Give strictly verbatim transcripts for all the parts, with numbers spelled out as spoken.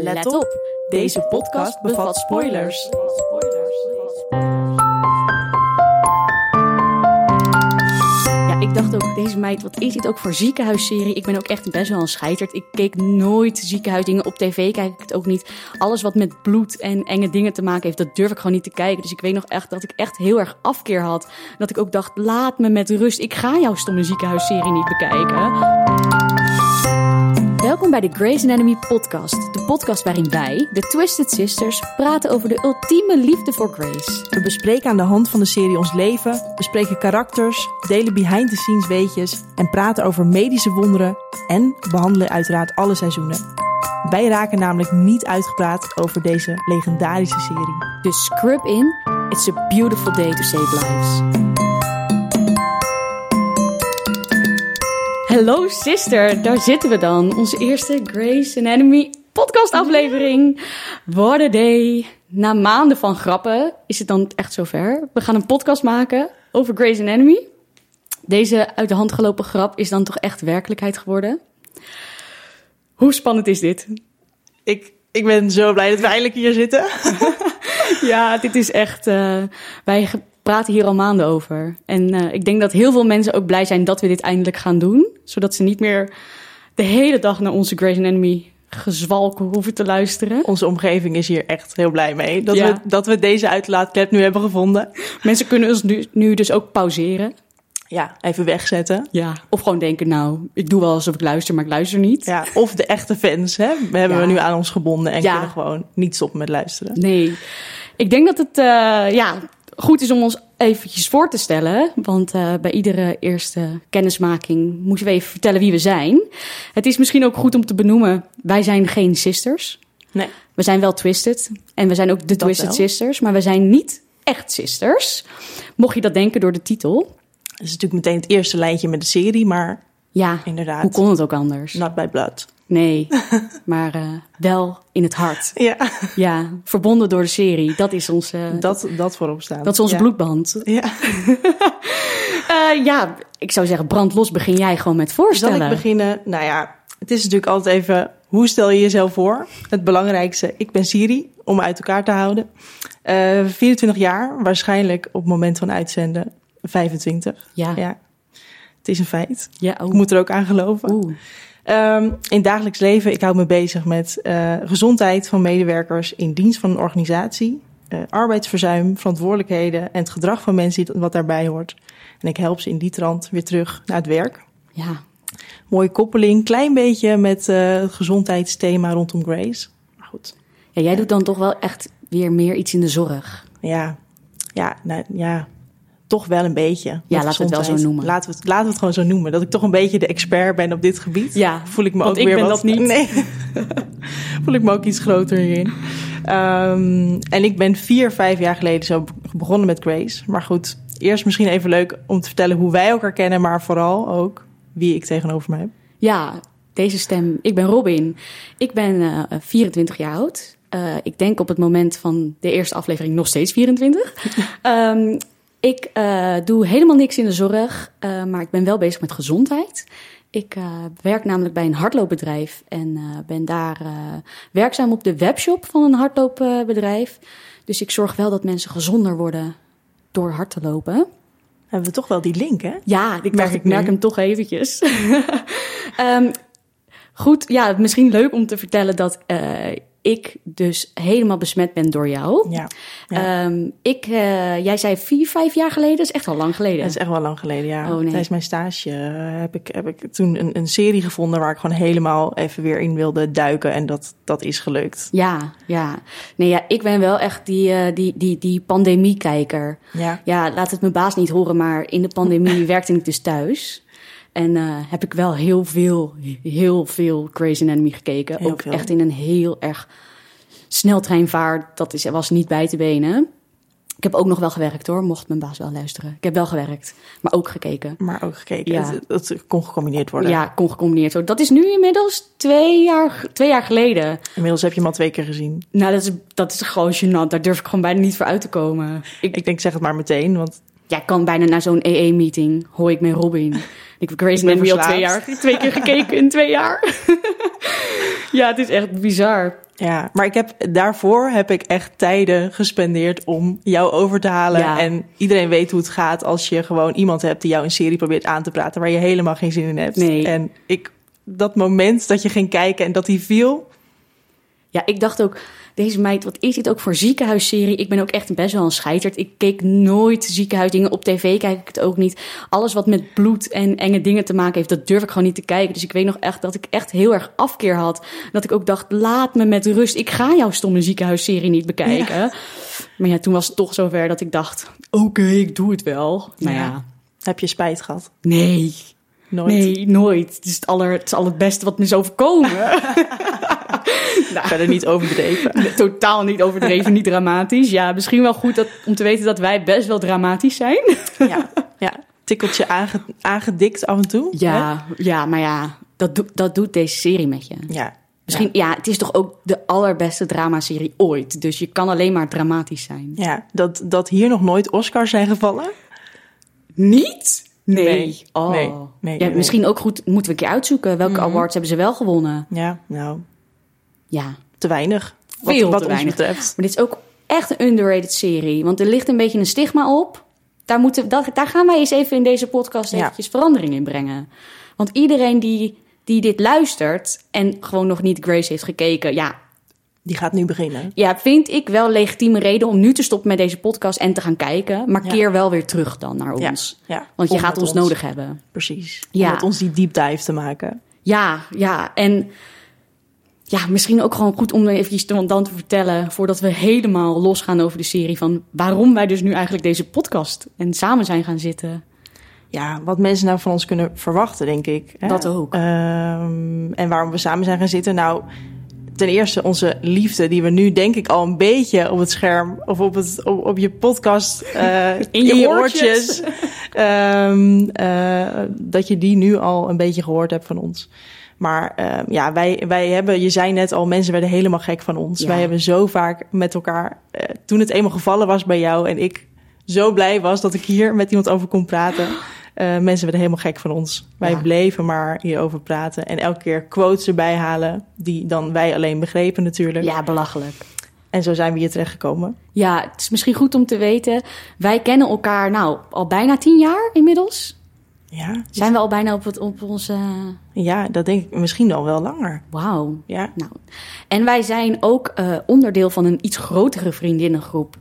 Let op, deze podcast bevat spoilers. Ja, ik dacht ook, deze meid, wat is dit ook voor ziekenhuisserie? Ik ben ook echt best wel een scheiterd. Ik keek nooit ziekenhuisdingen. Op tv kijk ik het ook niet. Alles wat met bloed en enge dingen te maken heeft, dat durf ik gewoon niet te kijken. Dus ik weet nog echt dat ik echt heel erg afkeer had. Dat ik ook dacht, laat me met rust. Ik ga jouw stomme ziekenhuisserie niet bekijken. Welkom bij de Grey's Anatomy podcast. De podcast waarin wij, de Twisted Sisters, praten over de ultieme liefde voor Grey's. We bespreken aan de hand van de serie ons leven, bespreken karakters, delen behind-the-scenes weetjes en praten over medische wonderen en behandelen uiteraard alle seizoenen. Wij raken namelijk niet uitgepraat over deze legendarische serie. Dus scrub in, it's a beautiful day to save lives. Hallo sister, daar zitten we dan. Onze eerste Grey's Anatomy podcast aflevering. What a day. Na maanden van grappen is het dan echt zover. We gaan een podcast maken over Grey's Anatomy. Deze uit de hand gelopen grap is dan toch echt werkelijkheid geworden. Hoe spannend is dit? Ik, ik ben zo blij dat we eindelijk hier zitten. Ja, dit is echt... Uh, wij praten hier al maanden over. En uh, ik denk dat heel veel mensen ook blij zijn dat we dit eindelijk gaan doen. Zodat ze niet meer de hele dag naar onze Grey's Anatomy gezwalken hoeven te luisteren. Onze omgeving is hier echt heel blij mee. Dat, ja. we, dat we deze uitlaatklep nu hebben gevonden. Mensen kunnen ons nu, nu dus ook pauzeren. Ja, even wegzetten. Ja, of gewoon denken, nou, ik doe wel alsof ik luister, maar ik luister niet. Ja, of de echte fans, hè, we hebben ja. we nu aan ons gebonden en ja. kunnen gewoon niet stoppen met luisteren. Nee, ik denk dat het uh, ja, goed is om ons eventjes voor te stellen. Want uh, bij iedere eerste kennismaking moeten we even vertellen wie we zijn. Het is misschien ook goed om te benoemen, wij zijn geen sisters. Nee. We zijn wel Twisted en we zijn ook de Twisted wel. Sisters, maar we zijn niet echt sisters. Mocht je dat denken door de titel. Dat is natuurlijk meteen het eerste lijntje met de serie, maar ja, inderdaad. Hoe kon het ook anders? Not by blood. Nee, maar uh, wel in het hart. Ja. Ja, verbonden door de serie. Dat is onze... Dat, dat voorop staan. Dat is onze ja. bloedband. Ja. uh, ja, ik zou zeggen, brandlos begin jij gewoon met voorstellen. Zal ik beginnen? Nou ja, het is natuurlijk altijd even... Hoe stel je jezelf voor? Het belangrijkste, ik ben Siri, om uit elkaar te houden. Uh, vierentwintig jaar, waarschijnlijk op het moment van uitzenden vijfentwintig. Ja. ja. Het is een feit. Ja, oh. Ik moet er ook aan geloven. Oeh. Um, in het dagelijks leven, ik hou me bezig met uh, gezondheid van medewerkers in dienst van een organisatie, uh, arbeidsverzuim, verantwoordelijkheden en het gedrag van mensen wat daarbij hoort. En ik help ze in die trant weer terug naar het werk. Ja. Mooie koppeling, klein beetje met uh, het gezondheidsthema rondom Grey's. Maar goed. Ja, jij ja. doet dan toch wel echt weer meer iets in de zorg. Ja, ja, nou, ja. Toch wel een beetje. Ja, laten we het wel zo noemen. Laten we het, laten we het gewoon zo noemen. Dat ik toch een beetje de expert ben op dit gebied. Ja, voel ik me want ook ik weer ben wat, dat niet. Nee. Voel ik me ook iets groter hierin. Um, en ik ben vier, vijf jaar geleden zo begonnen met Grey's. Maar goed, eerst misschien even leuk om te vertellen hoe wij elkaar kennen. Maar vooral ook wie ik tegenover me heb. Ja, deze stem. Ik ben Robin. Ik ben uh, vierentwintig jaar oud. Uh, ik denk op het moment van de eerste aflevering nog steeds vierentwintig. um, Ik uh, doe helemaal niks in de zorg, uh, maar ik ben wel bezig met gezondheid. Ik uh, werk namelijk bij een hardloopbedrijf en uh, ben daar uh, werkzaam op de webshop van een hardloopbedrijf. Dus ik zorg wel dat mensen gezonder worden door hard te lopen. Hebben we toch wel die link, hè? Ja, ik, merk, dacht, ik merk hem toch eventjes. um, goed, ja, misschien leuk om te vertellen dat... Uh, ik dus helemaal besmet ben door jou. Ja, ja. Um, ik, uh, jij zei vier, vijf jaar geleden. Dat is echt al lang geleden. Dat is echt wel lang geleden, ja. Oh, nee. Tijdens mijn stage uh, heb, ik, heb ik toen een, een serie gevonden... waar ik gewoon helemaal even weer in wilde duiken. En dat, dat is gelukt. Ja, ja. Nee, ja, ik ben wel echt die, uh, die, die, die pandemie-kijker. Ja. Ja, laat het mijn baas niet horen, maar in de pandemie werkte ik dus thuis... En uh, heb ik wel heel veel, heel veel Grey's Anatomy gekeken. Heel ook veel. echt in een heel erg sneltreinvaart. Dat is, was niet bij te benen. Ik heb ook nog wel gewerkt hoor, mocht mijn baas wel luisteren. Ik heb wel gewerkt, maar ook gekeken. Maar ook gekeken. Ja. Het, het kon gecombineerd worden. Ja, kon gecombineerd worden. Dat is nu inmiddels twee jaar, twee jaar geleden. Inmiddels heb je hem al twee keer gezien. Nou, dat is, dat is gewoon gênant. Daar durf ik gewoon bijna niet voor uit te komen. Ik, ik denk, zeg het maar meteen, want... ja, ik kan bijna naar zo'n E E-meeting. Hoor ik met Robin. Ik heb Grey's Anatomy al twee jaar, twee keer gekeken in twee jaar. Ja, het is echt bizar. Ja, maar ik heb, daarvoor heb ik echt tijden gespendeerd om jou over te halen. Ja. En iedereen weet hoe het gaat als je gewoon iemand hebt die jou een serie probeert aan te praten waar je helemaal geen zin in hebt. Nee. En ik, dat moment dat je ging kijken en dat die viel. Ja, ik dacht ook, deze meid, wat is dit ook voor ziekenhuisserie? Ik ben ook echt best wel een scheiterd. Ik keek nooit ziekenhuisdingen. Op tv kijk ik het ook niet. Alles wat met bloed en enge dingen te maken heeft, dat durf ik gewoon niet te kijken. Dus ik weet nog echt dat ik echt heel erg afkeer had. Dat ik ook dacht, laat me met rust. Ik ga jouw stomme ziekenhuisserie niet bekijken. Ja. Maar ja, toen was het toch zover dat ik dacht, oké, okay, ik doe het wel. Maar ja. ja. Heb je spijt gehad? Nee. Nooit? Nee, nooit. Het is het, aller, het is al het beste wat me is overkomen. Nou, verder niet overdreven. Nee, totaal niet overdreven, niet dramatisch. Ja, misschien wel goed dat, om te weten dat wij best wel dramatisch zijn. Ja, ja. Tikkeltje aange, aangedikt af en toe. Ja, ja maar ja, dat, do, dat doet deze serie met je. Ja. Misschien, ja. ja, het is toch ook de allerbeste dramaserie ooit. Dus je kan alleen maar dramatisch zijn. Ja, dat, dat hier nog nooit Oscars zijn gevallen? Niet? Nee. Nee. Oh. nee, nee ja, nee. Misschien ook goed, moeten we een keer uitzoeken. Welke mm-hmm. awards hebben ze wel gewonnen? Ja, nou... Ja. Te weinig. Veel wat, wat te ons weinig. betreft. Maar dit is ook echt een underrated serie. Want er ligt een beetje een stigma op. Daar, moeten, dat, daar gaan wij eens even in deze podcast eventjes ja. verandering in brengen. Want iedereen die, die dit luistert en gewoon nog niet Grey's heeft gekeken... ja, die gaat nu beginnen. Ja, vind ik wel legitieme reden om nu te stoppen met deze podcast en te gaan kijken. Maar ja. keer wel weer terug dan naar ons. Ja. Ja. Want je om gaat ons, ons nodig hebben. Precies. Ja. Om met ons die deep dive te maken. Ja, ja. En ja, misschien ook gewoon goed om eventjes dan te vertellen... voordat we helemaal losgaan over de serie... van waarom wij dus nu eigenlijk deze podcast en samen zijn gaan zitten. Ja, wat mensen nou van ons kunnen verwachten, denk ik. Hè? Dat ook. Um, en waarom we samen zijn gaan zitten. Nou, ten eerste onze liefde... die we nu denk ik al een beetje op het scherm... of op, het, op, op je podcast... Uh, in, je in je oortjes. oortjes um, uh, dat je die nu al een beetje gehoord hebt van ons... Maar uh, ja, wij, wij hebben, je zei net al, mensen werden helemaal gek van ons. Ja. Wij hebben zo vaak met elkaar, uh, toen het eenmaal gevallen was bij jou... en ik zo blij was dat ik hier met iemand over kon praten... Uh, mensen werden helemaal gek van ons. Wij ja. bleven maar hierover praten en elke keer quotes erbij halen... die dan wij alleen begrepen natuurlijk. Ja, belachelijk. En zo zijn we hier terechtgekomen. Ja, het is misschien goed om te weten. Wij kennen elkaar nou al bijna tien jaar inmiddels... Ja, zijn we al bijna op, het, op onze... Ja, dat denk ik misschien al wel langer. Wauw. Ja. Nou, en wij zijn ook uh, onderdeel van een iets grotere vriendinnengroep.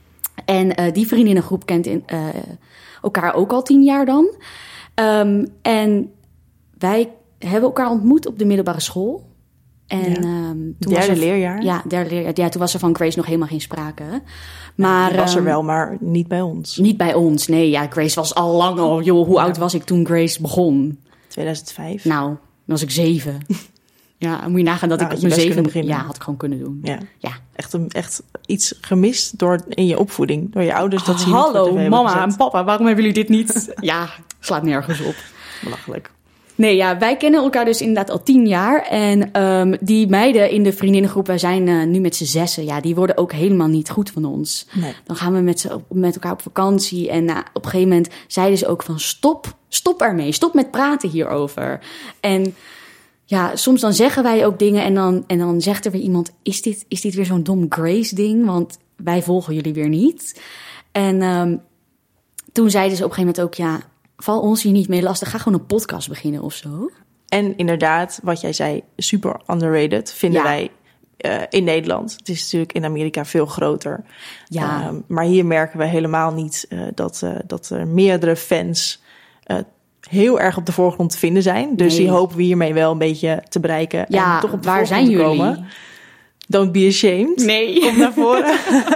En uh, die vriendinnengroep kent in, uh, elkaar ook al tien jaar dan. Um, en wij hebben elkaar ontmoet op de middelbare school. En, ja. um, toen derde was er, leerjaar? Ja, derde leerjaar. Ja, toen was er van Grace nog helemaal geen sprake. Maar, die was er um, wel, maar niet bij ons. Niet bij ons, nee. Ja, Grace was al lang al... Joh, hoe ja. oud was ik toen Grace begon? tweeduizend vijf. Nou, dan was ik zeven. Ja, moet je nagaan dat nou, ik op mijn zeven... Ja, had ik gewoon kunnen doen. Ja. ja. Echt, een, echt iets gemist door, in je opvoeding. Door je ouders. Dat oh, ze je hallo, niet mama en papa. Waarom hebben jullie dit niet? Ja, slaat nergens op. Belachelijk. Nee, ja, wij kennen elkaar dus inderdaad al tien jaar. En um, die meiden in de vriendinnengroep, wij zijn uh, nu met z'n zessen. Ja, die worden ook helemaal niet goed van ons. Nee. Dan gaan we met, z'n, met elkaar op vakantie. En uh, op een gegeven moment zeiden ze ook van stop, stop ermee. Stop met praten hierover. En ja, soms dan zeggen wij ook dingen en dan, en dan zegt er weer iemand... Is dit, is dit weer zo'n dom Grace ding? Want wij volgen jullie weer niet. En um, toen zeiden ze op een gegeven moment ook... ja. Val ons hier niet mee lastig. Ga gewoon een podcast beginnen of zo. En inderdaad, wat jij zei, super underrated, vinden ja. wij uh, in Nederland. Het is natuurlijk in Amerika veel groter. Ja. Uh, maar hier merken we helemaal niet uh, dat, uh, dat er meerdere fans uh, heel erg op de voorgrond te vinden zijn. Dus nee. die hopen we hiermee wel een beetje te bereiken. Ja, en toch op de waar zijn te jullie? Komen. Don't be ashamed. Nee. Kom naar voren.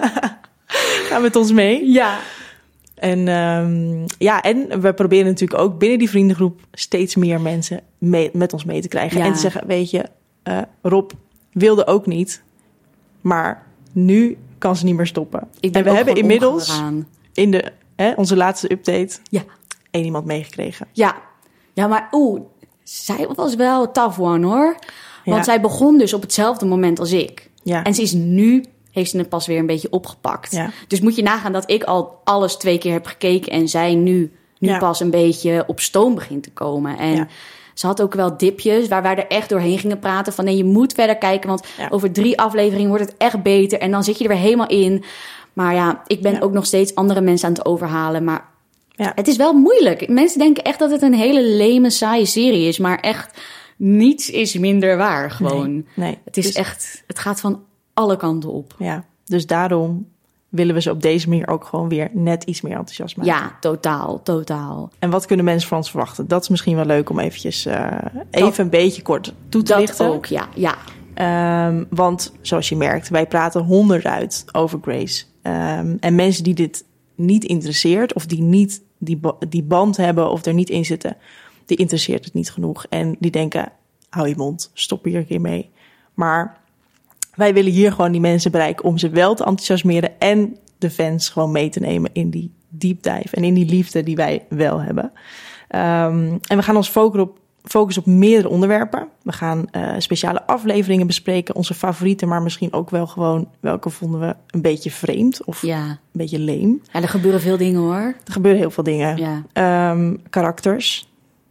Ga met ons mee. Ja. En um, ja, en we proberen natuurlijk ook binnen die vriendengroep steeds meer mensen mee, met ons mee te krijgen. Ja. En te zeggen, weet je, uh, Rob wilde ook niet, maar nu kan ze niet meer stoppen. Ik ben en we hebben inmiddels omgegaan. in de, hè, onze laatste update ja. één iemand meegekregen. Ja, ja maar oeh, zij was wel een tough one hoor. Want ja. zij begon dus op hetzelfde moment als ik. Ja. En ze is nu heeft ze het pas weer een beetje opgepakt. Ja. Dus moet je nagaan dat ik al alles twee keer heb gekeken en zij nu, nu Ja. pas een beetje op stoom begint te komen. En Ja. ze had ook wel dipjes waar wij er echt doorheen gingen praten. Van nee, je moet verder kijken, want Ja. over drie afleveringen wordt het echt beter. En dan zit je er weer helemaal in. Maar ja, ik ben Ja. ook nog steeds andere mensen aan het overhalen. Maar Ja. het is wel moeilijk. Mensen denken echt dat het een hele leme, saaie serie is. Maar echt, niets is minder waar gewoon. Nee, nee. Het is Dus- echt, het gaat van alle kanten op. Ja, dus daarom willen we ze op deze manier ook gewoon weer net iets meer enthousiast maken. Ja, totaal, totaal. En wat kunnen mensen van ons verwachten? Dat is misschien wel leuk om eventjes uh, even Dat- een beetje kort toe te Dat lichten. ook, ja, ja. Um, want zoals je merkt, wij praten honderd uit over Grace. Um, en mensen die dit niet interesseert of die niet die, ba- die band hebben of er niet in zitten, die interesseert het niet genoeg. En die denken, hou je mond, stop hier een keer mee. Maar wij willen hier gewoon die mensen bereiken om ze wel te enthousiasmeren en de fans gewoon mee te nemen in die deep dive en in die liefde die wij wel hebben. Um, en we gaan ons focussen op, focussen op meerdere onderwerpen. We gaan uh, speciale afleveringen bespreken, onze favorieten, maar misschien ook wel gewoon welke vonden we een beetje vreemd of Ja, een beetje leem. ja er gebeuren veel dingen hoor. Er gebeuren heel veel dingen. Ja, Um, karakters.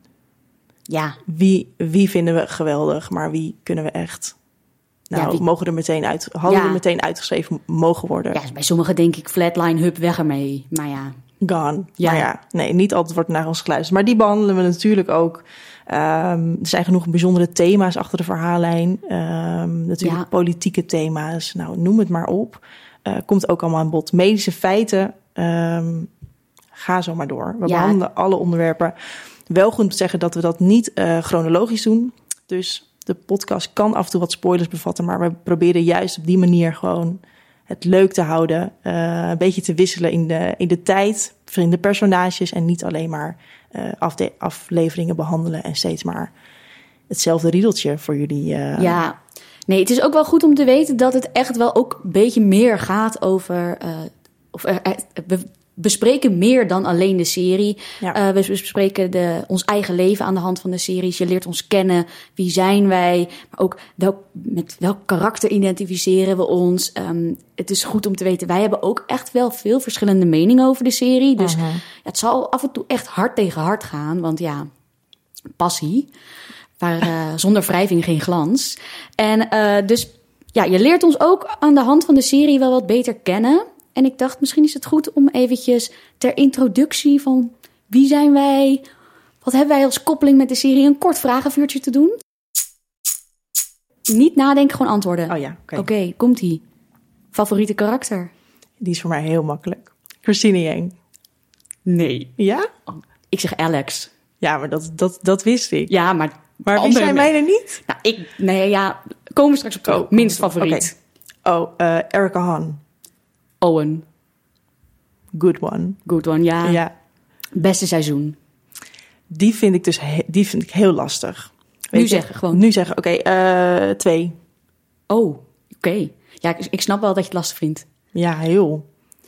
ja. Wie, wie vinden we geweldig, maar wie kunnen we echt... Nou, Ja, wie- mogen er meteen uit, hadden Ja. er meteen uitgeschreven mogen worden. ja, bij sommigen denk ik flatline, hup, weg ermee. Maar ja, Gone. Ja. Maar ja, nee, niet altijd wordt naar ons geluisterd. Maar die behandelen we natuurlijk ook. Um, er zijn genoeg bijzondere thema's achter de verhaallijn. Um, natuurlijk Ja. politieke thema's. Nou, noem het maar op. Uh, komt ook allemaal aan bod. Medische feiten. Um, ga zo maar door. We Ja. behandelen alle onderwerpen. Wel goed om te zeggen dat we dat niet uh, chronologisch doen. Dus de podcast kan af en toe wat spoilers bevatten. Maar we proberen juist op die manier gewoon het leuk te houden. Uh, een beetje te wisselen in de, in de tijd. Vrienden personages. En niet alleen maar uh, afde- afleveringen behandelen. En steeds maar hetzelfde riedeltje voor jullie. Uh, ja. Nee, het is ook wel goed om te weten dat het echt wel ook een beetje meer gaat over... Uh, of, uh, we bespreken meer dan alleen de serie. Ja. Uh, we bespreken de, ons eigen leven aan de hand van de series. Je leert ons kennen. Wie zijn wij? Maar ook welk, met welk karakter identificeren we ons? Um, het is goed om te weten, wij hebben ook echt wel veel verschillende meningen over de serie. Dus Uh-huh. het zal af en toe echt hard tegen hard gaan. Want ja, passie. Maar uh, zonder wrijving geen glans. En uh, dus ja, je leert ons ook aan de hand van de serie wel wat beter kennen. En ik dacht, misschien is het goed om eventjes ter introductie van wie zijn wij? Wat hebben wij als koppeling met de serie? Een kort vragenvuurtje te doen. Niet nadenken, gewoon antwoorden. Oh ja, oké. Oké, okay, komt-ie. Favoriete karakter? Die is voor mij heel makkelijk. Christine Yang. Nee. Ja? Oh, ik zeg Alex. Ja, maar dat, dat, dat wist ik. Ja, maar... Maar wie andere zijn men- wij er niet? Nou, ik... Nee, ja, komen we straks op terug. Oh, Minst favoriet. Okay. Oh, uh, Erica Han. Owen. Good one. Good one, ja. Ja. Beste seizoen. Die vind ik dus he- die vind ik heel lastig. Weet Nu je? zeggen, gewoon. Nu zeggen, oké, okay, uh, twee. Oh, oké. Okay. Ja, ik, ik snap wel dat je het lastig vindt. Ja, heel.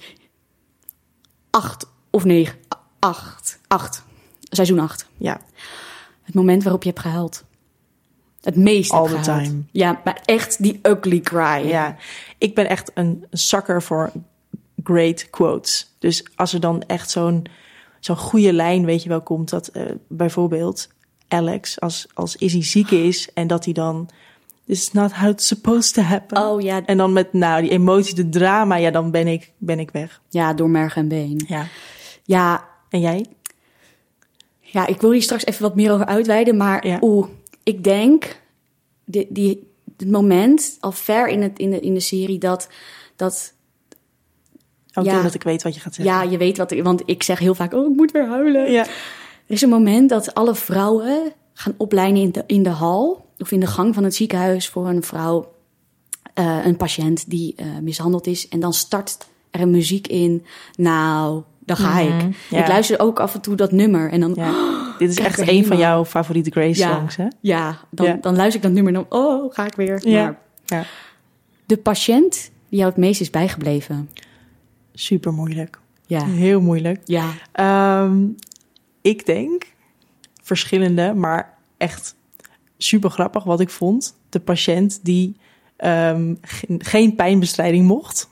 Acht of negen. A- Acht. Acht. Seizoen acht. Ja. Het moment waarop je hebt gehuild. Het meest All hebt the gehuild. time. Ja, maar echt die ugly cry. Ja, ik ben echt een sucker voor great quotes. Dus als er dan echt zo'n zo'n goede lijn, weet je wel, komt dat uh, bijvoorbeeld Alex, als, als Izzy ziek is en dat hij dan, this is not how it's supposed to happen. Oh ja. En dan met, nou, die emotie, de drama, ja, dan ben ik, ben ik weg. Ja, door merg en been. Ja. Ja, En jij? ja, ik wil hier straks even wat meer over uitweiden, maar Ja. oeh, ik denk die, die, het moment al ver in, het, in, de, in de serie dat, dat Ook Ja. dat ik weet wat je gaat zeggen. ja, je weet wat, ik- want ik zeg heel vaak, oh, ik moet weer huilen. Ja. Er is een moment dat alle vrouwen gaan oplijnen in de, in de hal of in de gang van het ziekenhuis voor een vrouw, uh, een patiënt die uh, mishandeld is. En dan start er een muziek in. Nou, dan ga Mhm, ik. ja. Ik luister ook af en toe dat nummer en dan... Ja. Dit is Kijk echt er een van helemaal. jouw favoriete Grace Ja, songs, hè? ja, dan, Ja. dan luister ik dat nummer en dan, oh, ga ik weer. Ja. Maar Ja. de patiënt die jou het meest is bijgebleven. Super moeilijk. Ja, Heel moeilijk. ja. Um, ik denk verschillende, maar echt super grappig wat ik vond. De patiënt die um, ge- geen pijnbestrijding mocht.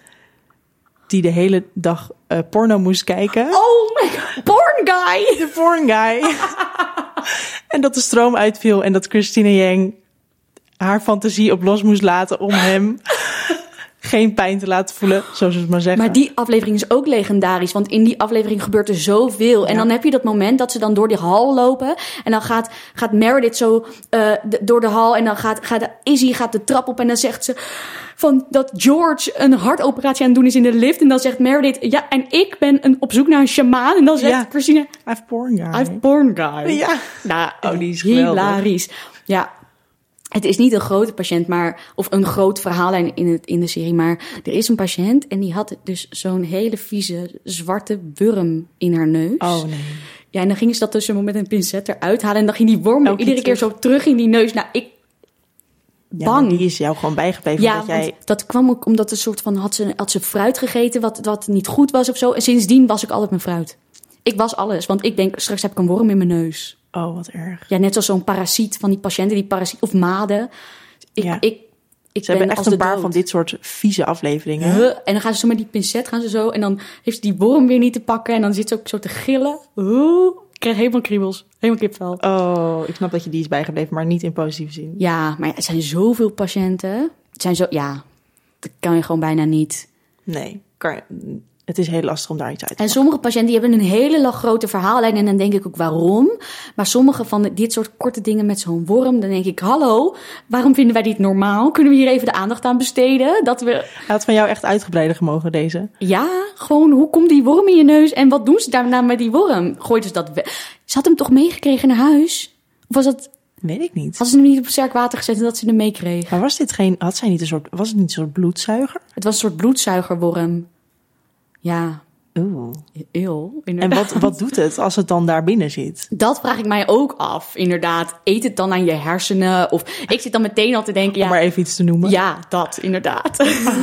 Die de hele dag uh, porno moest kijken. Oh my god, porn guy! De porn guy. En dat de stroom uitviel en dat Christina Yang haar fantasie op los moest laten om hem geen pijn te laten voelen, zoals ze het maar zeggen. Maar die aflevering is ook legendarisch, want in die aflevering gebeurt er zoveel. Ja. En dan heb je dat moment dat ze dan door die hal lopen en dan gaat, gaat Meredith zo uh, de, door de hal en dan gaat, gaat Izzy gaat de trap op en dan zegt ze van dat George een hartoperatie aan het doen is in de lift. En dan zegt Meredith, ja, en ik ben een, op zoek naar een shamaan. En dan zegt ja. Christina, I have porn guy. I have porn guy. Ja. Nou, oh, die is hilarisch. Ja, het is niet een grote patiënt, maar of een groot verhaallijn in, het, in de serie. Maar er is een patiënt en die had dus zo'n hele vieze zwarte worm in haar neus. Oh nee. Ja, en dan ging ze dat dus met een pincet eruit halen. En dan ging die worm Elke iedere keer, keer zo terug in die neus. Nou, ik... Ja, bang. Die is jou gewoon bijgebleven. Ja, dat, jij... dat kwam ook omdat een soort van had ze, had ze fruit gegeten wat, wat niet goed was of zo. En sindsdien was ik altijd mijn fruit. Ik was alles, want ik denk straks heb ik een worm in mijn neus. Oh, wat erg. Ja, net zoals zo'n parasiet van die patiënten, die parasiet of maden. Ik, ja. ik, ik ze ben hebben echt een paar dood. van dit soort vieze afleveringen. Huh? En dan gaan ze zo met die pincet gaan ze zo en dan heeft ze die worm weer niet te pakken en dan zit ze ook zo te gillen. Huh? Ik krijg helemaal kriebels, helemaal kipvel. Oh, ik snap dat je die is bijgebleven, maar niet in positieve zin. Ja, maar er zijn zoveel patiënten. Het zijn zo, ja, dat kan je gewoon bijna niet. Nee, kan, het is heel lastig om daar iets uit te En sommige patiënten die hebben een hele lang grote verhaallijn en dan denk ik ook waarom. Maar sommige van dit soort korte dingen met zo'n worm, dan denk ik, hallo, waarom vinden wij dit normaal? Kunnen we hier even de aandacht aan besteden? Dat we... Hij had van jou echt uitgebreider gemogen, deze. Ja, gewoon, hoe komt die worm in je neus en wat doen ze daarna met die worm? Gooit dus dat we... Ze had hem toch meegekregen naar huis? Of was dat... Weet ik niet. Had ze hem niet op sterk water gezet en dat ze hem meekreeg? Maar was dit geen... Had zij niet een soort... Was het niet een soort bloedzuiger? Het was een soort bloedzuigerworm. Ja. Oeh. Eeuw, en wat, wat doet het als het dan daar binnen zit? Dat vraag ik mij ook af, inderdaad. Eet het dan aan je hersenen? Of ik zit dan meteen al te denken... Ja, om maar even iets te noemen. Ja, dat, inderdaad.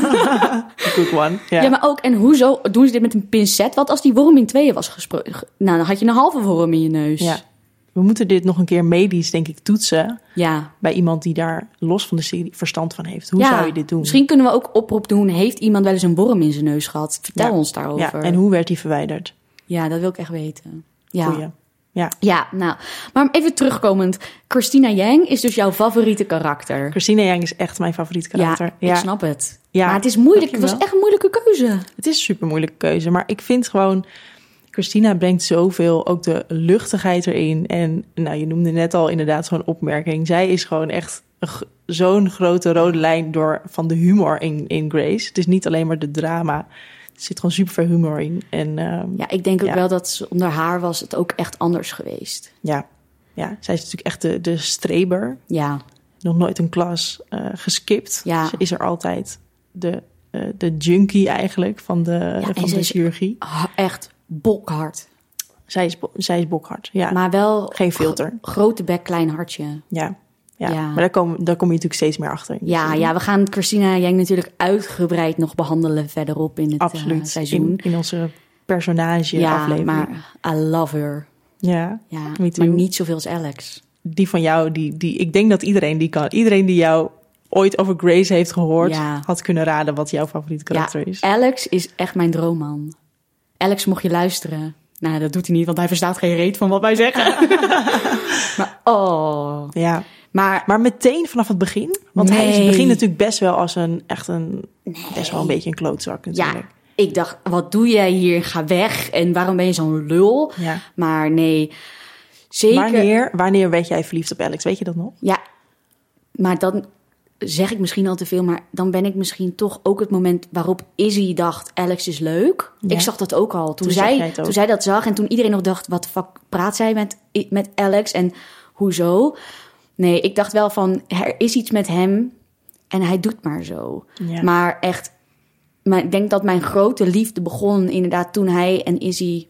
Good one. Ja. Ja, maar ook, en hoezo doen ze dit met een pincet? Wat als die worm in tweeën was gesproken? Nou, dan had je een halve worm in je neus. Ja. We moeten dit nog een keer medisch, denk ik, toetsen. Ja. Bij iemand die daar los van de serie verstand van heeft. Hoe ja, zou je dit doen? Misschien kunnen we ook oproep doen. Heeft iemand wel eens een worm in zijn neus gehad? Vertel ja. ons daarover. Ja. En hoe werd die verwijderd? Ja, dat wil ik echt weten. Ja. Goeie. Ja. Ja, nou. Maar even terugkomend. Christina Yang is dus jouw favoriete karakter. Christina Yang is echt mijn favoriete karakter. Ja, ja. ik snap het. Ja. Maar het is moeilijk. Het was echt een moeilijke keuze. Het is een super moeilijke keuze. Maar ik vind gewoon... Christina brengt zoveel, ook de luchtigheid erin. En nou, je noemde net al inderdaad zo'n opmerking. Zij is gewoon echt zo'n grote rode lijn door van de humor in, in Grace. Het is niet alleen maar de drama. Er zit gewoon super veel humor in. En, um, ja, ik denk ook ja. wel dat zonder haar was het ook echt anders geweest. Ja, ja. Zij is natuurlijk echt de, de streber. Ja. Nog nooit een klas uh, geskipt. Ja. Ze is er altijd de, uh, de junkie eigenlijk van de, ja, van de chirurgie. Echt bokhard. Zij is, zij is bokhard, ja. Maar wel... Geen filter. Gro- grote bek, klein hartje. Ja, ja. ja. Maar daar kom, daar kom je natuurlijk steeds meer achter. Ja, ja, we gaan Christina Yang natuurlijk uitgebreid nog behandelen verderop in het Absoluut. Uh, seizoen. In, in onze personage ja, aflevering. maar I love her. Ja, ja me too. Maar niet zoveel als Alex. Die van jou, die, die, ik denk dat iedereen die kan. Iedereen die jou ooit over Grace heeft gehoord, ja. had kunnen raden wat jouw favoriete karakter ja, is. Alex is echt mijn droomman. Alex, mocht je luisteren. Nou, dat doet hij niet, want hij verstaat geen reet van wat wij zeggen. maar oh. Ja. Maar, maar meteen vanaf het begin. Want nee. hij is, begint natuurlijk best wel als een echt een nee. best wel een beetje een klootzak natuurlijk. Ja, ik dacht, wat doe jij hier? Ga weg. En waarom ben je zo'n lul? Ja. Maar nee, zeker. Wanneer, wanneer werd jij verliefd op Alex? Weet je dat nog? Ja, maar dan zeg ik misschien al te veel, maar dan ben ik misschien toch ook het moment waarop Izzy dacht, Alex is leuk. Ja. Ik zag dat ook al. Toen, toen, zij, toen zij dat zag en toen iedereen nog dacht, wat de fuck praat zij met, met Alex en hoezo? Nee, ik dacht wel van, er is iets met hem en hij doet maar zo. Ja. Maar echt, maar ik denk dat mijn grote liefde begon inderdaad toen hij en Izzy...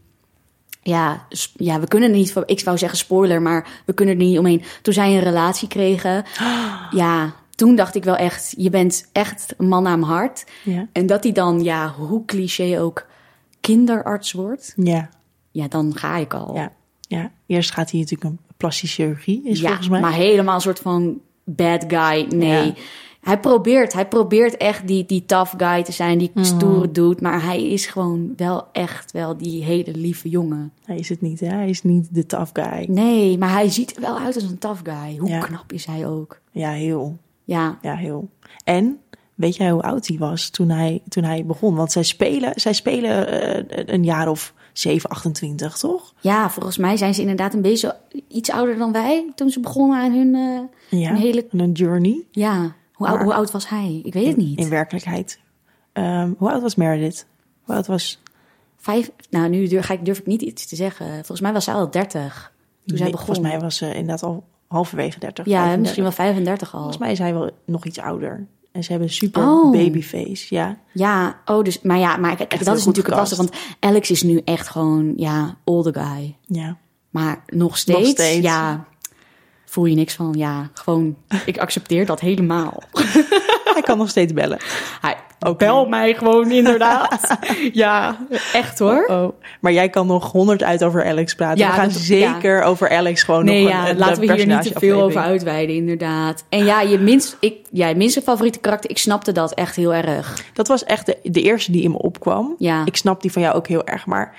Ja, ja, we kunnen er niet... Ik wou zeggen spoiler, maar we kunnen er niet omheen. Toen zij een relatie kregen, ja... Toen dacht ik wel echt, je bent echt een man aan mijn hart. Ja. En dat hij dan, ja, hoe cliché ook, kinderarts wordt. Ja. Ja, dan ga ik al. Ja, ja. Eerst gaat hij natuurlijk een plastische chirurgie, is ja, volgens mij. Maar helemaal een soort van bad guy. Nee, ja. Hij probeert, hij probeert echt die, die tough guy te zijn, die stoere Mm. doet. Maar hij is gewoon wel echt wel die hele lieve jongen. Hij is het niet, hè? Hij is niet de tough guy. Nee, maar hij ziet er wel uit als een tough guy. Hoe Ja. knap is hij ook? Ja, heel. Ja, Ja, heel. En weet jij hoe oud hij was toen hij, toen hij begon? Want zij spelen, zij spelen uh, een jaar of zeven, achtentwintig, toch? ja, volgens mij zijn ze inderdaad een beetje iets ouder dan wij toen ze begonnen aan hun, uh, Ja, hun hele... een journey. Ja, hoe, oud, Maar- hoe oud was hij? Ik weet het niet. In werkelijkheid. Um, hoe oud was Meredith? Hoe oud was... Vijf, nou, nu durf, ga ik, durf ik niet iets te zeggen. Volgens mij was zij al dertig toen zij Nee, begon. volgens mij was ze inderdaad al halverwege dertig. Ja, vijfendertig. misschien wel vijfendertig al. Volgens mij is hij wel nog iets ouder. En ze hebben een super Oh. babyface, ja. Ja, oh, dus, maar ja, maar kijk, Echt dat heel is goed natuurlijk het lastige. gecast. Want Alex is nu echt gewoon, ja, older guy. Ja. Maar nog steeds, steeds. ja, voel je niks van. Ja, gewoon, ik accepteer dat helemaal. Hij kan nog steeds bellen. Hij Ook bel nu. mij gewoon inderdaad. Ja, echt hoor. Oh. Maar jij kan nog honderd uit over Alex praten. Ja, We gaan dat- zeker over Alex gewoon Nee, nog ja, een, een laten we hier niet te veel personageaflevering. over uitweiden, inderdaad. En ja, je minst, ik, ja, je minste favoriete karakter, ik snapte dat echt heel erg. Dat was echt de, de eerste die in me opkwam. Ja. Ik snap die van jou ook heel erg. Maar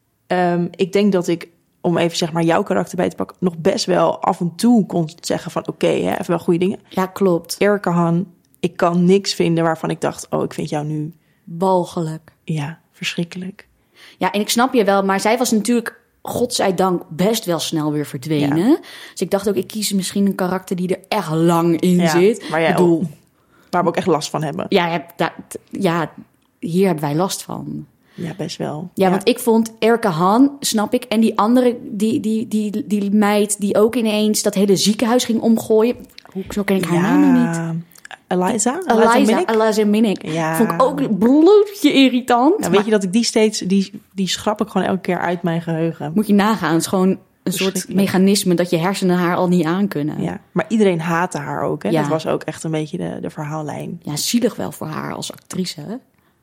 um, ik denk dat ik, om even zeg maar jouw karakter bij te pakken, nog best wel af en toe kon zeggen van oké, okay, even wel goede dingen. Ja, klopt. Erika Han, ik kan niks vinden waarvan ik dacht, oh, ik vind jou nu, Walgelijk. ja, verschrikkelijk. Ja, en ik snap je wel, maar zij was natuurlijk, godzijdank, best wel snel weer verdwenen. Ja. Dus ik dacht ook, ik kies misschien een karakter die er echt lang in Ja, zit. waar jij Ik bedoel, ook- Waar we ook echt last van hebben. ja, je hebt daar- ja, hier hebben wij last van. Ja, best wel. Ja, want ik vond Erika Han, snap ik, en die andere, die, die, die, die meid die ook ineens dat hele ziekenhuis ging omgooien. Hoe, zo ken ik haar naam nou niet. Eliza? Eliza, Minnick? Eliza Minnick. Ja. Vond ik ook bloedje irritant. Ja, weet maar je dat ik die steeds, die, die schrap ik gewoon elke keer uit mijn geheugen. moet je nagaan, het is gewoon een soort Verschrikkelijk. mechanisme dat je hersenen haar al niet aankunnen. Ja, maar iedereen haatte haar ook. Hè? Ja. Dat was ook echt een beetje de, de verhaallijn. Ja, zielig wel voor haar als actrice, hè?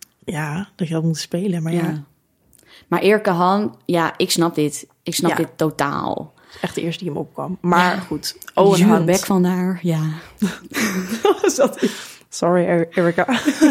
Ja, dat je dat moet spelen, maar ja, Ja. Maar Erika Han, ja, ik snap dit. Ik snap Ja. dit totaal. echt de eerste die hem opkwam. Maar Ja. goed, Oh, Owen een Hunt. bek van haar, ja. Sorry, Er- Erika.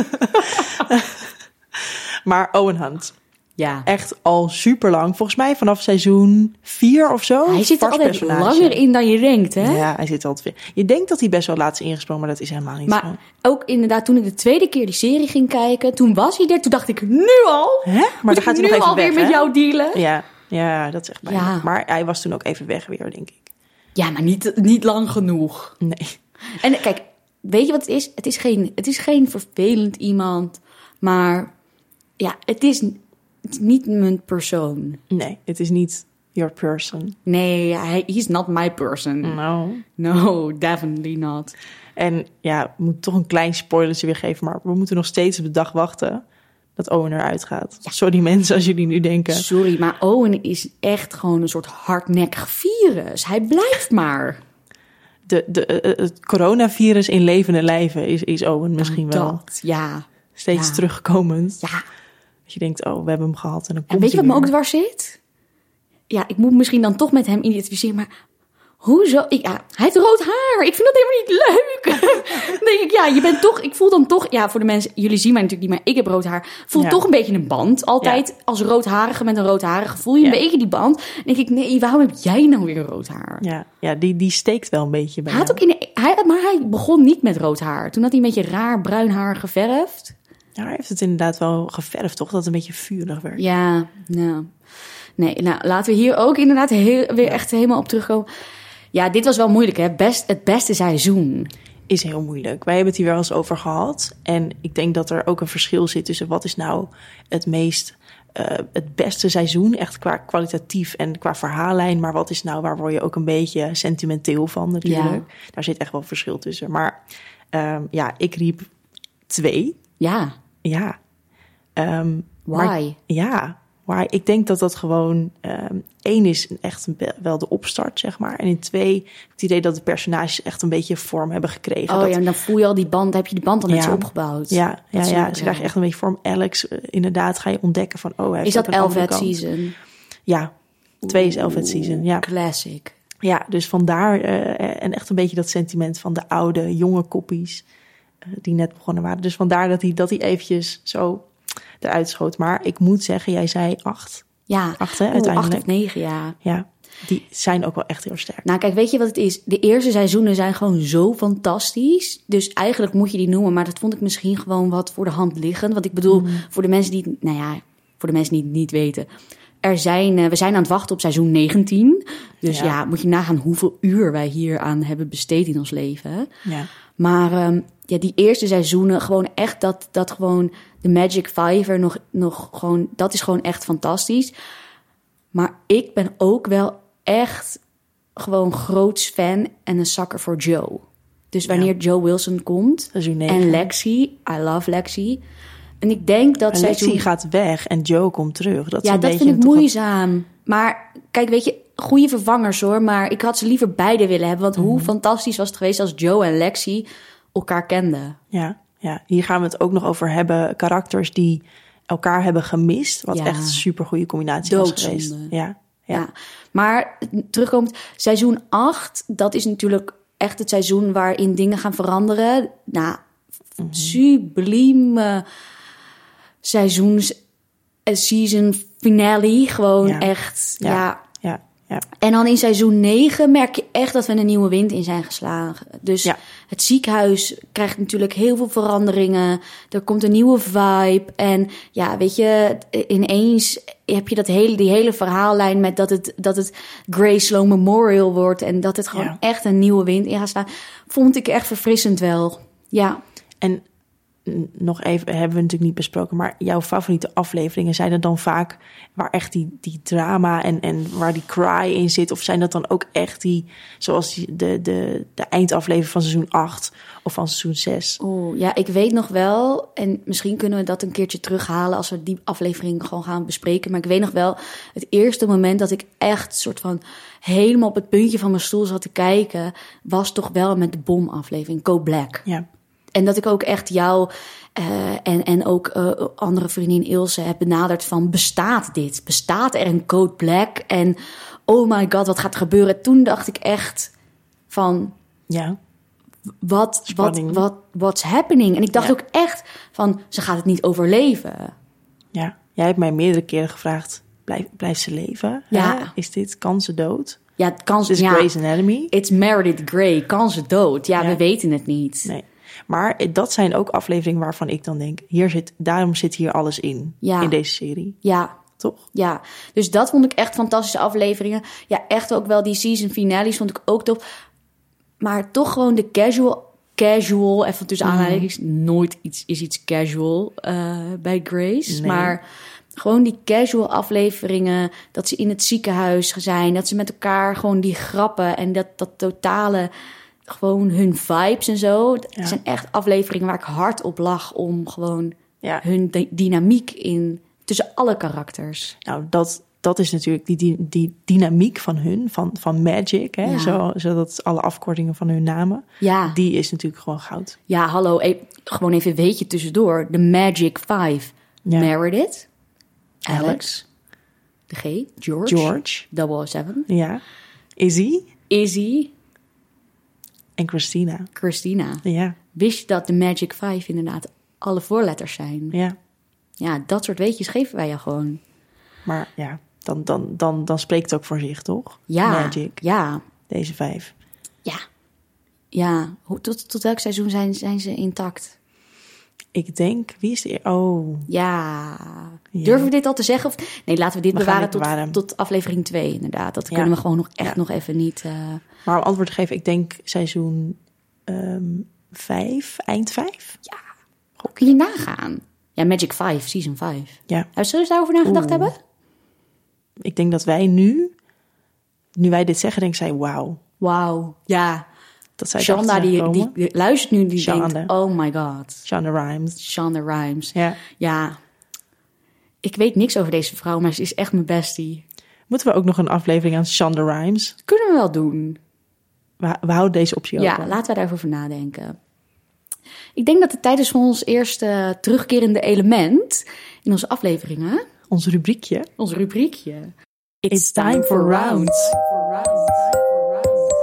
Maar Owen Hunt, Ja. echt al super lang. Volgens mij vanaf seizoen vier of zo. Hij zit er Vast altijd personage. langer in dan je denkt, hè? Ja, hij zit er altijd weer. Je denkt dat hij best wel laat is ingesprongen, maar dat is helemaal niet zo. Maar ook inderdaad, toen ik de tweede keer die serie ging kijken, toen was hij er. Toen dacht ik, nu al? Hè? Maar Moet dan gaat ik hij nu nog even alweer weg, met hè? jou dealen? Ja, ja, dat is echt pijnlijk. Ja. Maar hij was toen ook even weg weer, denk ik. Ja, maar niet, niet lang genoeg. Nee. En kijk, weet je wat het is? Het is geen, het is geen vervelend iemand, maar ja, het is, het is niet mijn persoon. Nee, het is niet your person. Nee, hij he's not my person. No. No, definitely not. En ja, we moeten toch een klein spoilertje weer geven, maar we moeten nog steeds op de dag wachten dat Owen eruit gaat. Sorry mensen als jullie nu denken. Sorry, maar Owen is echt gewoon een soort hardnekkig virus. Hij blijft maar. De, de, eh, het coronavirus in levende lijven is, is Owen misschien wel. Dat, ja. Steeds ja. terugkomend. Ja. Dat je denkt, oh, we hebben hem gehad en dan En komt weet je wat hij me ook weer. dwars zit? Ja, ik moet misschien dan toch met hem identificeren, maar hoezo? Ik, ja, hij heeft rood haar. Ik vind dat helemaal niet leuk. Dan denk ik, ja, je bent toch, ik voel dan toch, ja, voor de mensen, jullie zien mij natuurlijk niet, maar ik heb rood haar. Voel Ja. toch een beetje een band. Altijd als roodharige met een roodharige voel je een Ja. beetje die band. Dan denk ik, nee, waarom heb jij nou weer rood haar? Ja, ja die, die steekt wel een beetje bij Hij had jou. ook in de, hij, maar hij begon niet met rood haar. Toen had hij een beetje raar bruin haar geverfd. Ja, hij heeft het inderdaad wel geverfd, toch? Dat het een beetje vurig werd. Ja, nou. Nee, nou, laten we hier ook inderdaad heel, weer echt helemaal op terugkomen. Ja, dit was wel moeilijk, hè? Best, het beste seizoen. Is heel moeilijk. Wij hebben het hier wel eens over gehad. En ik denk dat er ook een verschil zit tussen wat is nou het meest, uh, het beste seizoen, echt qua kwalitatief en qua verhaallijn. Maar wat is nou, waar word je ook een beetje sentimenteel van natuurlijk. Ja. Daar zit echt wel verschil tussen. Maar um, ja, ik riep twee. Ja, Ja. Um, why? Maar, ja, why? Ik denk dat dat gewoon um, één is echt een, wel de opstart, zeg maar. En in twee het idee dat de personages echt een beetje vorm hebben gekregen. Oh dat, ja, en dan voel je al die band, heb je die band dan net Ja. zo opgebouwd. Ja, Dat ja, zie ja. ik ze wel. krijgen echt een beetje vorm. Alex, uh, inderdaad, ga je ontdekken van, oh, hij heeft Is dat ook een andere Elvet kant. season? Ja, twee is Elvet season, ja. Classic. Ja, dus vandaar uh, en echt een beetje dat sentiment van de oude, jonge koppies. die net begonnen waren. Dus vandaar dat hij, dat hij eventjes zo eruit schoot. Maar ik moet zeggen, jij zei acht. Ja, acht, hè, uiteindelijk. acht of negen, ja. Ja, die zijn ook wel echt heel sterk. Nou, kijk, weet je wat het is? De eerste seizoenen zijn gewoon zo fantastisch. Dus eigenlijk moet je die noemen. Maar dat vond ik misschien gewoon wat voor de hand liggend. Want ik bedoel, mm. voor de mensen die... Nou ja, voor de mensen die het niet weten... Er zijn, uh, we zijn aan het wachten op seizoen negentien. Dus ja. ja, moet je nagaan hoeveel uur wij hier aan hebben besteed in ons leven. Ja. Maar um, ja, die eerste seizoenen, gewoon echt dat, dat gewoon de Magic Five er nog, nog gewoon... Dat is gewoon echt fantastisch. Maar ik ben ook wel echt gewoon groots fan en een zakker voor Joe. Dus wanneer ja. Joe Wilson komt en Lexi, I love Lexi... En ik denk dat en seizoen... Lexi gaat weg en Joe komt terug. Dat is ja, een dat beetje vind ik een moeizaam. Toch... Maar kijk, weet je, goede vervangers hoor. Maar ik had ze liever beide willen hebben. Want mm. hoe fantastisch was het geweest als Joe en Lexi elkaar kenden. Ja, ja, hier gaan we het ook nog over hebben. Karakters die elkaar hebben gemist. Wat ja. echt een super goede combinatie Doodzonde. was geweest. Ja, ja. ja, maar terugkomend, seizoen acht, dat is natuurlijk echt het seizoen waarin dingen gaan veranderen. Nou, mm-hmm. sublieme... seizoens season finale. Gewoon ja. echt, ja. Ja, ja, ja. En dan in seizoen negen merk je echt dat we een nieuwe wind in zijn geslagen. Dus ja. het ziekenhuis krijgt natuurlijk heel veel veranderingen. Er komt een nieuwe vibe. En ja, weet je, ineens heb je dat hele, die hele verhaallijn met dat het, dat het Grace Sloan Memorial wordt. En dat het gewoon ja. echt een nieuwe wind in gaat slaan. Vond ik echt verfrissend wel. Ja. En nog even, hebben we natuurlijk niet besproken, maar jouw favoriete afleveringen, zijn er dan vaak waar echt die, die drama en, en waar die cry in zit? Of zijn dat dan ook echt die, zoals die, de, de, de eindaflevering van seizoen acht of van seizoen zes? Oeh, ja, ik weet nog wel, en misschien kunnen we dat een keertje terughalen als we die aflevering gewoon gaan bespreken. Maar ik weet nog wel, het eerste moment dat ik echt soort van helemaal op het puntje van mijn stoel zat te kijken, was toch wel met de bomaflevering, Code Black. Ja. En dat ik ook echt jou uh, en, en ook uh, andere vriendin Ilse heb benaderd van... bestaat dit? Bestaat er een Code Black? En oh my god, wat gaat er gebeuren? Toen dacht ik echt van... ja. Wat, wat, wat, what's happening? En ik dacht ja. ook echt van, ze gaat het niet overleven. Ja, jij hebt mij meerdere keren gevraagd... Blijf, blijft ze leven? Ja. Hè? Is dit, kan ze dood? Ja, kan ze... Is ja. Grey's Anatomy? It's Meredith Grey. Kan ze dood? Ja, ja, we weten het niet. Nee. Maar dat zijn ook afleveringen waarvan ik dan denk... hier zit, daarom zit hier alles in, ja. in deze serie. Ja. Toch? Ja, dus dat vond ik echt fantastische afleveringen. Ja, echt ook wel die season finales vond ik ook tof. Maar toch gewoon de casual... Casual, even tussen aanleidings... Mm. Nooit iets is iets casual uh, bij Grace. Nee. Maar gewoon die casual afleveringen... dat ze in het ziekenhuis zijn... dat ze met elkaar gewoon die grappen... en dat, dat totale... gewoon hun vibes en zo. Het ja. zijn echt afleveringen waar ik hard op lag... om gewoon ja. hun d- dynamiek in... tussen alle karakters. Nou, dat, dat is natuurlijk die, die, die dynamiek van hun, van, van Magic... Hè? Ja. Zo, zodat alle afkortingen van hun namen... Ja. die is natuurlijk gewoon goud. Ja, hallo, e- gewoon even een weetje tussendoor. De Magic Five. Ja. Meredith. Alex. Alex. De G. George. George. double oh seven. Ja. Izzy. Izzy. En Christina. Christina. Ja. Wist je dat de Magic Five inderdaad alle voorletters zijn? Ja. Ja, dat soort weetjes geven wij je gewoon. Maar ja, dan, dan, dan, dan spreekt het ook voor zich, toch? Ja. Magic. Ja. Deze vijf. Ja. Ja. Tot, tot welk seizoen zijn, zijn ze intact? Ik denk, wie is de... Oh. Ja. ja. Durven we dit al te zeggen? Of... Nee, laten we dit we bewaren, tot, bewaren tot aflevering twee, inderdaad. Dat ja. kunnen we gewoon nog echt ja. nog even niet... Uh... Maar om antwoord te geven, ik denk seizoen um, vijf, eind vijf. Ja. Hoe kun je nagaan? Ja, Magic Five, season vijf. Ja. Zullen we daarover nagedacht Oeh. hebben? Ik denk dat wij nu, nu wij dit zeggen, denk zij, wauw. Wauw, ja. Dat zij Shonda, die, die, die luistert nu, die Shonda. denkt, oh my god. Shonda Rhimes. Shonda Rhimes. Ja. Ja. Ik weet niks over deze vrouw, maar ze is echt mijn bestie. Moeten we ook nog een aflevering aan Shonda Rhimes? Kunnen we wel doen. We, we houden deze optie ja, open. Ja, laten we daarover nadenken. Ik denk dat het tijd is voor ons eerste terugkerende element in onze afleveringen. Ons rubriekje. Ons rubriekje. It's, It's time, time for rounds. rounds.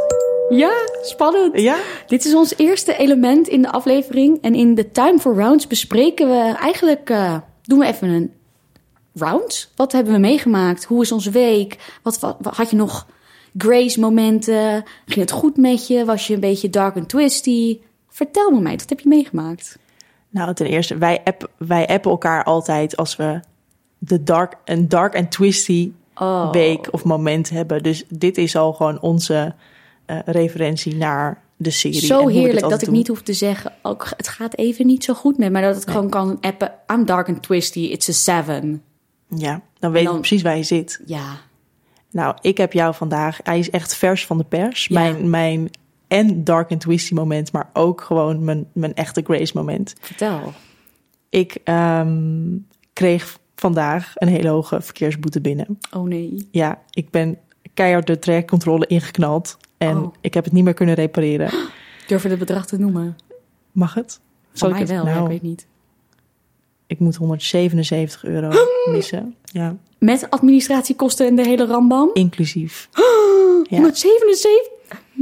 Ja, spannend. Ja? Dit is ons eerste element in de aflevering. En in de Time for Rounds bespreken we eigenlijk... Uh, doen we even een round. Wat hebben we meegemaakt? Hoe is onze week? Wat, wat, wat had je nog grace momenten? Ging het goed met je? Was je een beetje dark and twisty? Vertel me, meid, wat heb je meegemaakt? Nou, ten eerste, wij, app, wij appen elkaar altijd als we de dark, een dark and twisty oh. week of moment hebben. Dus dit is al gewoon onze uh, referentie naar de serie. Zo en heerlijk dat ik doen. niet hoef te zeggen, ook, het gaat even niet zo goed met, maar dat ik nee. gewoon kan appen, I'm dark and twisty, it's a seven. Ja, dan weet je precies waar je zit. Ja. Nou, ik heb jou vandaag, hij is echt vers van de pers. Ja. Mijn, mijn en dark and twisty moment, maar ook gewoon mijn, mijn echte grace moment. Vertel. Ik um, kreeg vandaag een hele hoge verkeersboete binnen. Oh nee. Ja, ik ben keihard de trajectcontrole ingeknald. En oh. ik heb het niet meer kunnen repareren. Durf je het bedrag te noemen? Mag het? Van mij wel, nou, ik weet niet. Ik moet honderdzevenenzeventig euro missen. Ja. Met administratiekosten en de hele rambam? Inclusief. Oh, ja. honderdzevenenzeventig?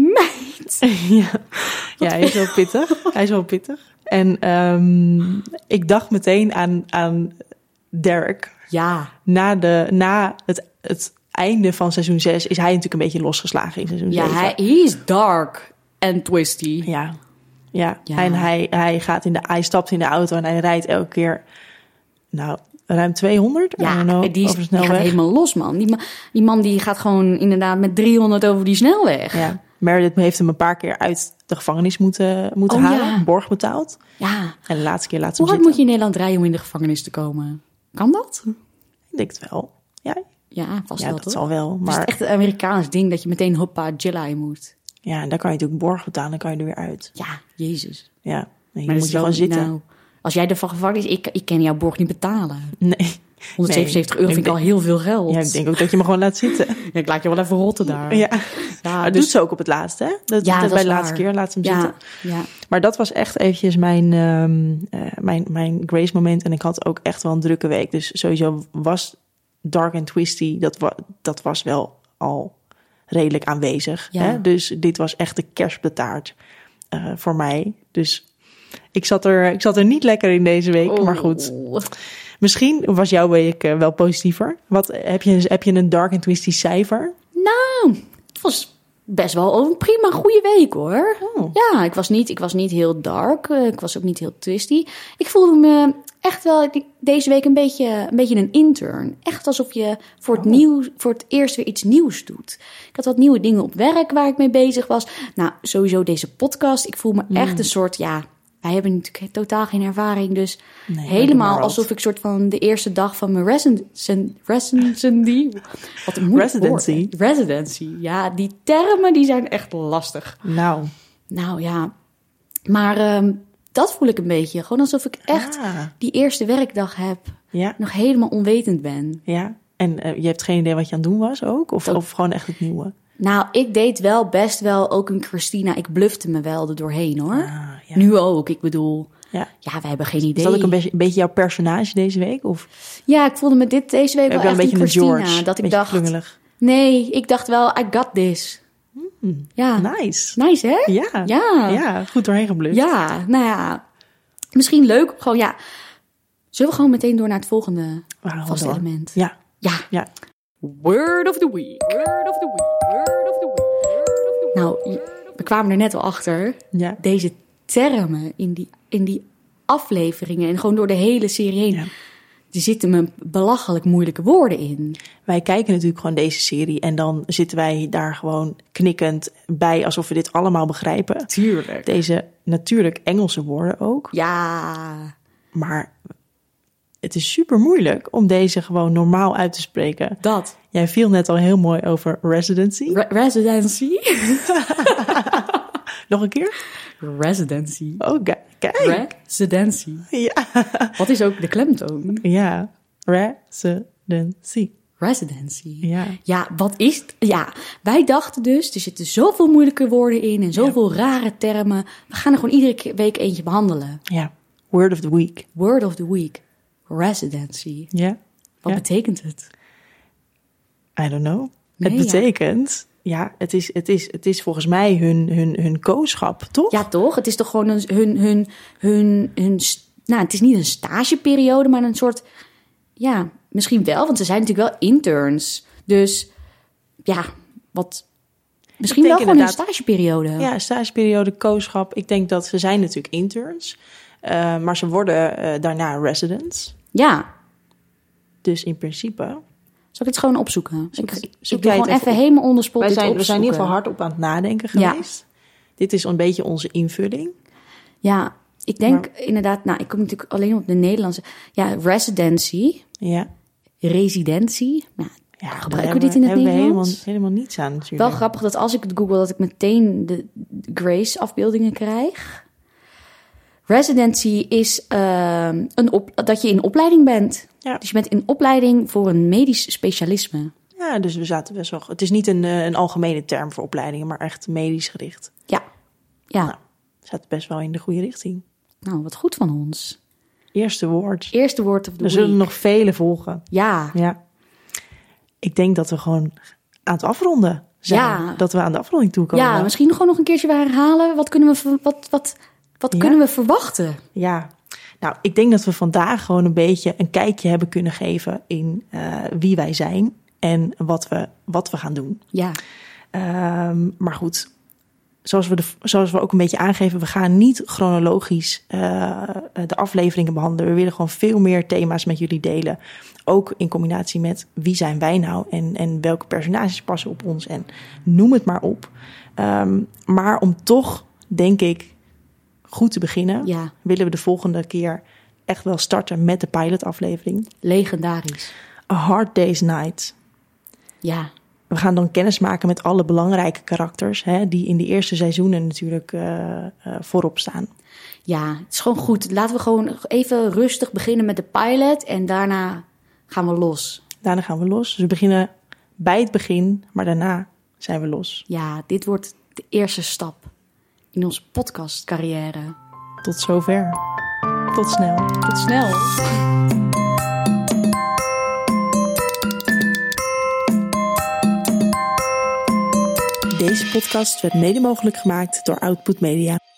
Meid! ja. ja, hij is wel pittig. Hij is wel pittig. En um, ik dacht meteen aan, aan Derek. Ja. Na, de, na het, het einde van seizoen zes is hij natuurlijk een beetje losgeslagen in seizoen ja, zeven. Ja, hij is dark en twisty. Ja. Ja. ja. En hij, hij, gaat in de, hij stapt in de auto en hij rijdt elke keer... Nou, ruim tweehonderd? Ja, know, die, is, over die gaat helemaal los, man. Die, die man die gaat gewoon inderdaad met driehonderd over die snelweg. Ja. Meredith heeft hem een paar keer uit de gevangenis moeten, moeten oh, halen. Ja. Borg betaald. Ja. En de laatste keer laat ze Hoe hem hard moet je zitten. in Nederland rijden om in de gevangenis te komen? Kan dat? Ik denk het wel. Ja, ja vast ja, wel, dat toch? zal wel. Maar... Het is echt een Amerikaans ding dat je meteen hoppa, Jilla in moet. Ja, en dan kan je natuurlijk borg betalen. Dan kan je er weer uit. Ja, jezus. Ja, en maar moet je gewoon zitten. Nou, als jij ervan gevangenis is, ik, ik kan jouw borg niet betalen. Nee. honderdzevenenzeventig euro vind ik al heel veel geld. Ja, ik denk ook dat je me gewoon laat zitten. Ja, ik laat je wel even rotten daar. Ja, ja dat dus... doet ze ook op het laatste, hè? Dat, ja, dat dat bij is de laatste waar. keer laat ze hem ja, zitten. Ja. Maar dat was echt eventjes mijn, um, uh, mijn, mijn grace moment. En ik had ook echt wel een drukke week. Dus sowieso was dark and twisty, dat, wa- dat was wel al redelijk aanwezig. Ja. Hè? Dus dit was echt de kerst op de taart uh, voor mij. Dus ik zat, er, ik zat er niet lekker in deze week, oh. maar goed. Misschien was jouw week uh, wel positiever. Wat, heb, je, heb je een dark and twisty cijfer? Nou, het was best wel een prima goede week, hoor. Oh. Ja, ik was, niet, ik was niet heel dark. Uh, ik was ook niet heel twisty. Ik voelde me echt wel deze week een beetje, een beetje een intern. Echt alsof je voor het, oh. nieuw, voor het eerst weer iets nieuws doet. Ik had wat nieuwe dingen op werk waar ik mee bezig was. Nou, sowieso deze podcast. Ik voel me mm. echt een soort, ja... Wij hebben natuurlijk totaal geen ervaring, dus nee, helemaal alsof ik soort van de eerste dag van mijn residency... Residency? Wat een moeilijk Residency. woord. Residency. Ja, die termen die zijn echt lastig. Nou. Nou ja, maar um, dat voel ik een beetje. Gewoon alsof ik echt ah. die eerste werkdag heb. Ja. Nog helemaal onwetend ben. Ja, en uh, je hebt geen idee wat je aan het doen was ook? Of, of gewoon echt het nieuwe? Nou, ik deed wel best wel ook een Christina. Ik blufte me wel er doorheen, hoor. Ah, ja. Nu ook, ik bedoel... Ja. ja, we hebben geen idee. Is dat ook een beetje, een beetje jouw personage deze week? Of? Ja, ik voelde me dit deze week wel, wel echt een beetje een Christina. George, dat ik beetje dacht... klungelig. Nee, ik dacht wel, I got this. Hmm, ja. Nice. Nice, hè? Ja. Ja, ja goed doorheen gebluft. Ja, nou ja. Misschien leuk. Gewoon, ja. Zullen we gewoon meteen door naar het volgende vaste element? Ja. Ja. ja. Word of the week. Word of the week. Word of the week. Word of the week. Nou, we kwamen er net al achter. Ja. Deze termen in die, in die afleveringen en gewoon door de hele serie heen. Ja. Er zitten me belachelijk moeilijke woorden in. Wij kijken natuurlijk gewoon deze serie en dan zitten wij daar gewoon knikkend bij alsof we dit allemaal begrijpen. Tuurlijk. Deze natuurlijk Engelse woorden ook. Ja. Maar het is super moeilijk om deze gewoon normaal uit te spreken. Dat. Jij viel net al heel mooi over residency. Re- residency? Nog een keer? Residency. Oh, kijk. Residency. Ja. Wat is ook de klemtoon? Ja. Residency. Residency. Ja. Ja, wat is het? Ja, wij dachten dus, er zitten zoveel moeilijke woorden in en zoveel ja. rare termen. We gaan er gewoon iedere week eentje behandelen. Ja. Word of the week. Word of the week. Residency. Ja. Wat ja. betekent het? I don't know. Nee, het betekent... Ja. ja, het is, het is, het is volgens mij hun, hun, hun kooschap, toch? Ja, toch? Het is toch gewoon een, hun, hun, hun, hun... Nou, het is niet een stageperiode, maar een soort... Ja, misschien wel, want ze zijn natuurlijk wel interns. Dus ja, wat... Misschien wel gewoon een stageperiode. Ja, stageperiode, kooschap. Ik denk dat ze zijn natuurlijk interns. Uh, maar ze worden uh, daarna residents. Ja. Dus in principe... Zal ik het gewoon opzoeken? Zoek, ik ik, zoek ik doe gewoon even helemaal onder spot wij dit zijn, opzoeken. We zijn in ieder geval hardop aan het nadenken geweest. Ja. Dit is een beetje onze invulling. Ja, ik denk maar, inderdaad... Nou, ik kom natuurlijk alleen op de Nederlandse... Ja, residency. Ja. Residentie. Nou, ja, gebruiken we dit in het hebben Nederlands? We helemaal, helemaal niets aan natuurlijk. Wel grappig dat als ik het google... dat ik meteen de Grace-afbeeldingen krijg. Residency is uh, een op, dat je in opleiding bent. Ja. Dus je bent in opleiding voor een medisch specialisme. Ja, dus we zaten best wel... Het is niet een, een algemene term voor opleidingen, maar echt medisch gericht. Ja. Ja. Nou, we zaten best wel in de goede richting. Nou, wat goed van ons. Eerste woord. Eerste woord of the Er zullen nog vele volgen. Ja. Ja. Ik denk dat we gewoon aan het afronden zijn. Ja. Dat we aan de afronding toekomen. Ja, misschien gewoon nog een keertje herhalen. Wat kunnen we, wat, wat, wat ja. kunnen we verwachten? Ja. Nou, ik denk dat we vandaag gewoon een beetje een kijkje hebben kunnen geven in uh, wie wij zijn en wat we, wat we gaan doen. Ja. Um, maar goed, zoals we, de, zoals we ook een beetje aangeven, we gaan niet chronologisch uh, de afleveringen behandelen. We willen gewoon veel meer thema's met jullie delen. Ook in combinatie met wie zijn wij nou en, en welke personages passen op ons en noem het maar op. Um, maar om toch, denk ik, goed te beginnen, ja. willen we de volgende keer echt wel starten met de pilotaflevering. Legendarisch. A Hard Day's Night. Ja. We gaan dan kennis maken met alle belangrijke karakters, hè, die in de eerste seizoenen natuurlijk uh, uh, voorop staan. Ja, het is gewoon goed. Laten we gewoon even rustig beginnen met de pilot en daarna gaan we los. Daarna gaan we los. Dus we beginnen bij het begin, maar daarna zijn we los. Ja, dit wordt de eerste stap in onze podcastcarrière. Tot zover. Tot snel. Tot snel. Deze podcast werd mede mogelijk gemaakt door Output Media.